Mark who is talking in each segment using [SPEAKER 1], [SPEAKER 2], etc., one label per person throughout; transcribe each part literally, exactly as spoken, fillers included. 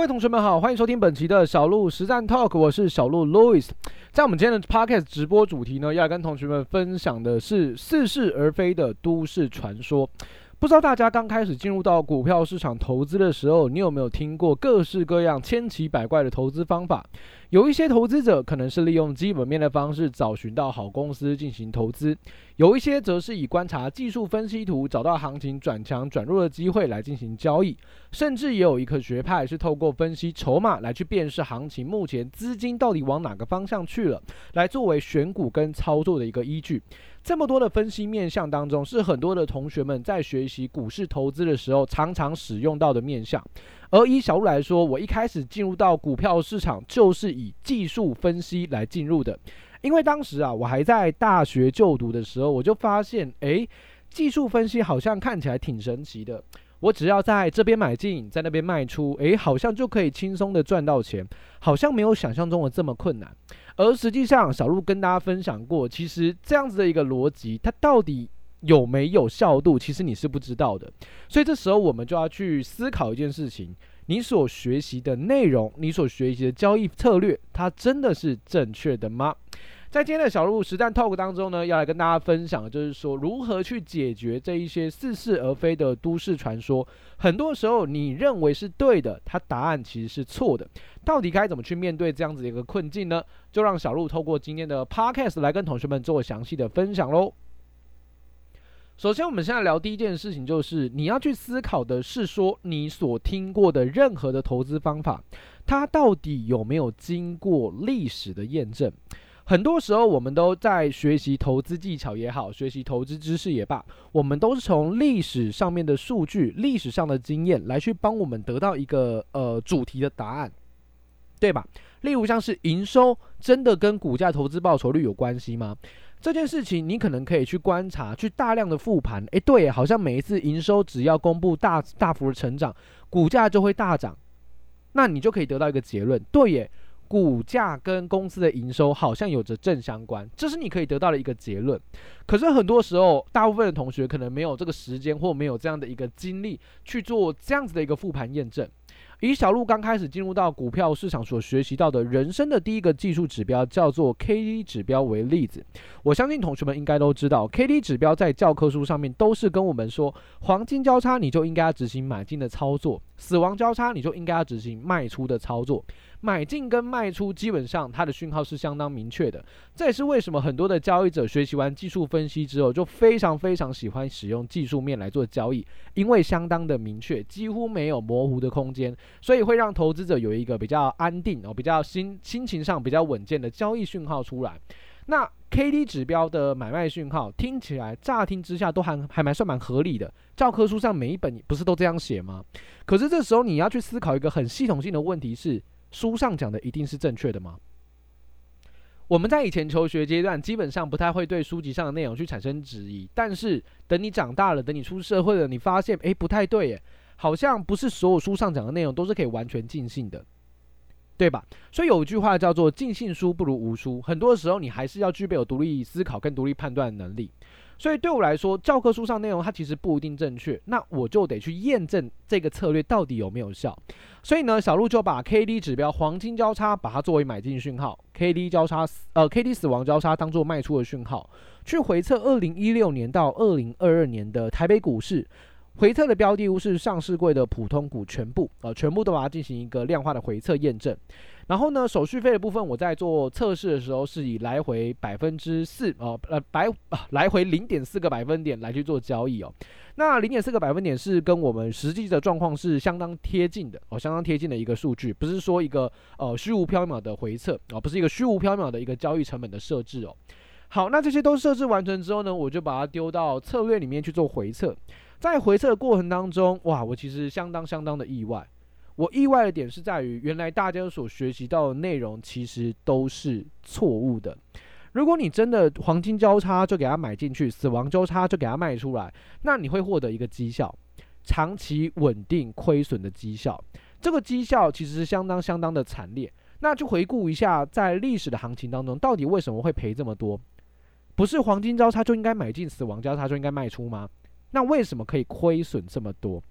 [SPEAKER 1] 位同学们好，欢迎收听本期的小鹿实战 Talk， 我是小鹿 Louis。在我们今天的 Podcast 直播主题呢，要来跟同学们分享的是似是而非的都市传说。不知道大家刚开始进入到股票市场投资的时候，你有没有听过各式各样千奇百怪的投资方法？有一些投资者可能是利用基本面的方式找寻到好公司进行投资，有一些则是以观察技术分析图找到行情转强转弱的机会来进行交易，甚至也有一个学派是透过分析筹码来去辨识行情目前资金到底往哪个方向去了，来作为选股跟操作的一个依据。这么多的分析面向当中，是很多的同学们在学习股市投资的时候常常使用到的面向。而以小鹿来说，我一开始进入到股票市场就是以技术分析来进入的。因为当时啊，我还在大学就读的时候，我就发现，诶，技术分析好像看起来挺神奇的。我只要在这边买进，在那边卖出，诶，好像就可以轻松的赚到钱，好像没有想象中的这么困难。而实际上，小鹿跟大家分享过，其实这样子的一个逻辑，它到底有没有效度，其实你是不知道的。所以这时候我们就要去思考一件事情：你所学习的内容，你所学习的交易策略，它真的是正确的吗？在今天的小鹿实战 Talk 当中呢，要来跟大家分享的就是说，如何去解决这一些似是而非的都市传说。很多时候你认为是对的，它答案其实是错的。到底该怎么去面对这样子的一个困境呢？就让小鹿透过今天的 Podcast 来跟同学们做详细的分享咯。首先我们现在聊第一件事情，就是你要去思考的是说，你所听过的任何的投资方法，它到底有没有经过历史的验证。很多时候我们都在学习投资技巧也好，学习投资知识也罢，我们都是从历史上面的数据、历史上的经验来去帮我们得到一个呃主题的答案，对吧？例如像是营收真的跟股价投资报酬率有关系吗？这件事情你可能可以去观察，去大量的复盘，诶，对耶，好像每一次营收只要公布大大幅的成长，股价就会大涨，那你就可以得到一个结论，对耶，股价跟公司的营收好像有着正相关，这是你可以得到的一个结论。可是很多时候，大部分的同学可能没有这个时间，或没有这样的一个精力去做这样子的一个复盘验证。以小鹿刚开始进入到股票市场所学习到的人生的第一个技术指标叫做 K D 指标为例子，我相信同学们应该都知道 K D 指标在教科书上面都是跟我们说，黄金交叉你就应该要执行买进的操作，死亡交叉你就应该要执行卖出的操作。买进跟卖出基本上它的讯号是相当明确的，这也是为什么很多的交易者学习完技术分析之后就非常非常喜欢使用技术面来做交易，因为相当的明确，几乎没有模糊的空间，所以会让投资者有一个比较安定、哦、比较 心, 心情上比较稳健的交易讯号出来。那 K D 指标的买卖讯号听起来乍听之下都还还蛮算蛮合理的，教科书上每一本不是都这样写吗？可是这时候你要去思考一个很系统性的问题是，书上讲的一定是正确的吗？我们在以前求学阶段基本上不太会对书籍上的内容去产生质疑，但是等你长大了，等你出社会了，你发现诶不太对耶，好像不是所有书上讲的内容都是可以完全尽信的，对吧？所以有一句话叫做尽信书不如无书，很多时候你还是要具备有独立思考跟独立判断的能力。所以对我来说，教科书上内容它其实不一定正确，那我就得去验证这个策略到底有没有效。所以呢，小鹿就把 K D 指标黄金交叉把它作为买进讯号， K D 交叉呃 K D 死亡交叉当作卖出的讯号，去回测二零一六年到二零二二年的台北股市。回测的标的物是上市柜的普通股全部、呃、全部都把它进行一个量化的回测验证。然后呢，手续费的部分我在做测试的时候是以来回百分之四呃呃百、啊、来回零点四个百分点来去做交易哦。那零点四个百分点是跟我们实际的状况是相当贴近的哦，相当贴近的一个数据，不是说一个呃虚无缥缈的回测哦，不是一个虚无缥缈的一个交易成本的设置哦。好，那这些都设置完成之后呢，我就把它丢到策略里面去做回测。在回测的过程当中，哇，我其实相当相当的意外。我意外的点是在于，原来大家所学习到的内容其实都是错误的。如果你真的黄金交叉就给它买进去，死亡交叉就给它卖出来，那你会获得一个绩效，长期稳定亏损的绩效。这个绩效其实是相当相当的惨烈。那就回顾一下，在历史的行情当中，到底为什么会赔这么多？不是黄金交叉就应该买进，死亡交叉就应该卖出吗？那为什么可以亏损这么多？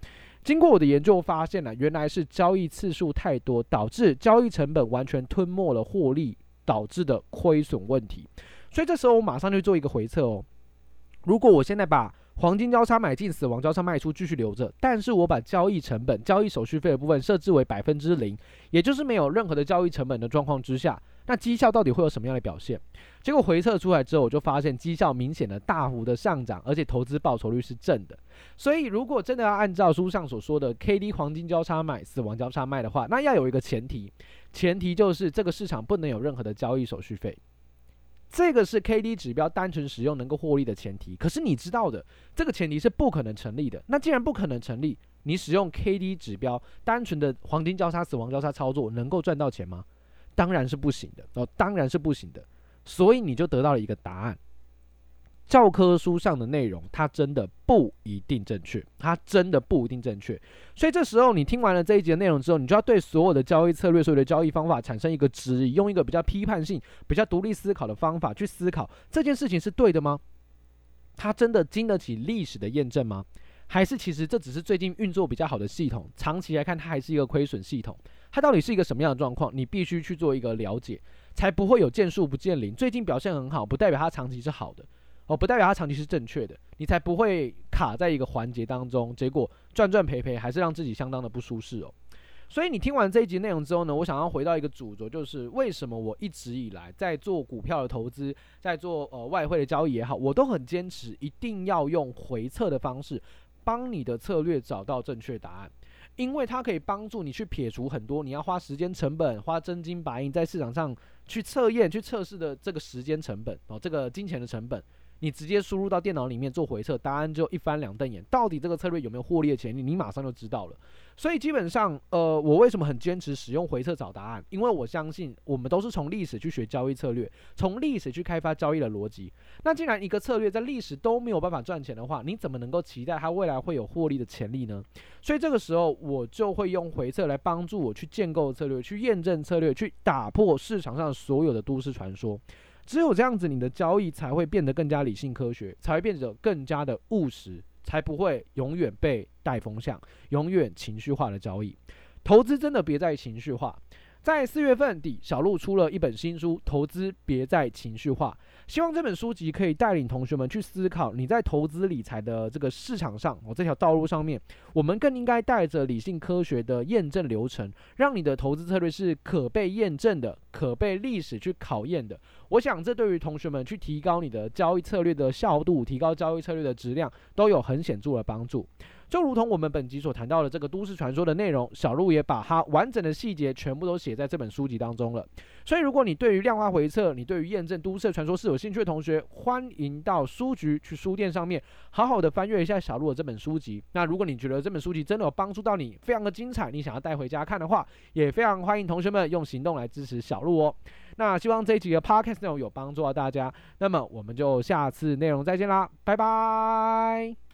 [SPEAKER 1] 经过我的研究发现呢，原来是交易次数太多，导致交易成本完全吞没了获利导致的亏损问题。所以这时候我马上就做一个回测哦。如果我现在把黄金交叉买进，死亡交叉卖出，继续留着，但是我把交易成本、交易手续费的部分设置为百分之零，也就是没有任何的交易成本的状况之下，那绩效到底会有什么样的表现？结果回测出来之后，我就发现绩效明显的大幅的上涨，而且投资报酬率是正的。所以如果真的要按照书上所说的 K D 黄金交叉买、死亡交叉卖的话，那要有一个前提，前提就是这个市场不能有任何的交易手续费。这个是 K D 指标单纯使用能够获利的前提，可是你知道的，这个前提是不可能成立的。那既然不可能成立，你使用 K D 指标单纯的黄金交叉、死亡交叉操作能够赚到钱吗？当然是不行的哦，当然是不行的。所以你就得到了一个答案：教科书上的内容，它真的不一定正确，它真的不一定正确。所以这时候你听完了这一集的内容之后，你就要对所有的交易策略、所有的交易方法产生一个质疑，用一个比较批判性、比较独立思考的方法去思考这件事情是对的吗？它真的经得起历史的验证吗？还是其实这只是最近运作比较好的系统，长期来看它还是一个亏损系统？它到底是一个什么样的状况？你必须去做一个了解，才不会有见树不见林。最近表现很好，不代表它长期是好的。哦，不代表它长期是正确的，你才不会卡在一个环节当中，结果赚赚赔赔，还是让自己相当的不舒适哦。所以你听完这一集内容之后呢，我想要回到一个主轴，就是为什么我一直以来在做股票的投资，在做呃外汇的交易也好，我都很坚持一定要用回测的方式，帮你的策略找到正确答案。因为它可以帮助你去撇除很多你要花时间成本、花真金白银在市场上去测验、去测试的这个时间成本哦，这个金钱的成本。你直接输入到电脑里面做回测，答案就一翻两瞪眼，到底这个策略有没有获利的潜力，你马上就知道了。所以基本上，呃，我为什么很坚持使用回测找答案？因为我相信我们都是从历史去学交易策略，从历史去开发交易的逻辑。那既然一个策略在历史都没有办法赚钱的话，你怎么能够期待它未来会有获利的潜力呢？所以这个时候，我就会用回测来帮助我去建构策略，去验证策略，去打破市场上所有的都市传说。只有这样子，你的交易才会变得更加理性科学，才会变得更加的务实，才不会永远被带风向，永远情绪化的交易。投资真的别再情绪化。在四月份底，小鹿出了一本新书《投资别再情绪化》，希望这本书籍可以带领同学们去思考，你在投资理财的这个市场上，哦，这条道路上面，我们更应该带着理性科学的验证流程，让你的投资策略是可被验证的，可被历史去考验的。我想这对于同学们去提高你的交易策略的效度，提高交易策略的质量，都有很显著的帮助。就如同我们本集所谈到的这个都市传说的内容，小鹿也把它完整的细节全部都写在这本书籍当中了。所以如果你对于量化回测，你对于验证都市传说是有兴趣的同学，欢迎到书局去书店上面好好的翻阅一下小鹿的这本书籍。那如果你觉得这本书籍真的有帮助到你，非常的精彩，你想要带回家看的话，也非常欢迎同学们用行动来支持小鹿哦。那希望这一集的 podcast 内容有帮助到大家，那么我们就下次内容再见啦，拜拜。